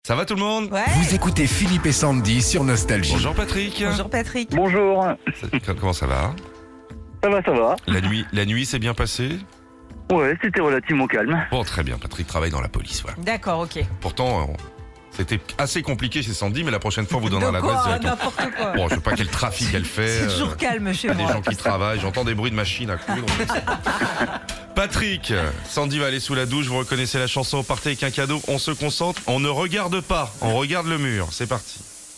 Ça va tout le monde? Ouais. Vous écoutez Philippe et Sandy sur Nostalgie. Bonjour Patrick. Bonjour Patrick. Bonjour, Comment ça va? ça va, ça va. La nuit s'est bien passée? Ouais, c'était relativement calme. Bon, très bien. Patrick travaille dans la police, voilà. D'accord, ok. Pourtant, c'était assez compliqué chez Sandy, mais la prochaine fois, on vous donnera De l'adresse quoi? directement. N'importe quoi. Bon, je sais pas quel trafic elle fait. C'est toujours calme chez Il y a des moi. gens qui travaillent, j'entends des bruits de machines à coudre. Patrick, Sandy va aller sous la douche, vous reconnaissez la chanson, vous partez avec un cadeau, on se concentre, on ne regarde pas, on regarde le mur, c'est parti.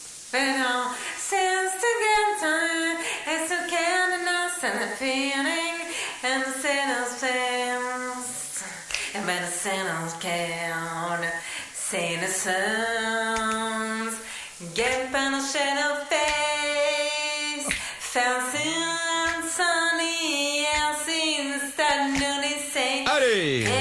Allez!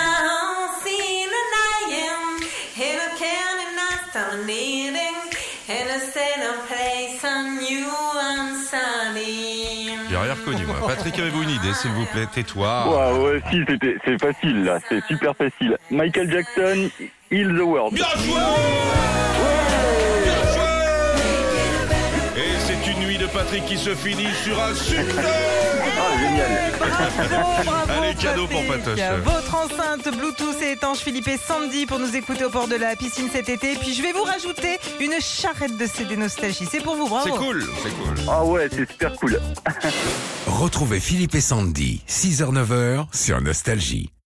J'ai rien reconnu moi. Patrick, avez-vous une idée s'il vous plaît? Tais-toi. Ouais, si, c'est facile là, c'est super facile. Michael Jackson, Heal the World. Bien joué! Bien joué! Et c'est une nuit de Patrick qui se finit sur un succès! Ah, génial. Bravo, Allez, cadeau pour Patrick. Patoche. Votre enceinte Bluetooth et étanche Philippe et Sandy pour nous écouter au bord de la piscine cet été. Puis je vais vous rajouter une charrette de CD Nostalgie. C'est pour vous, bravo. C'est cool, c'est cool. Ah ouais, c'est super cool. Retrouvez Philippe et Sandy, 6h-9h sur Nostalgie.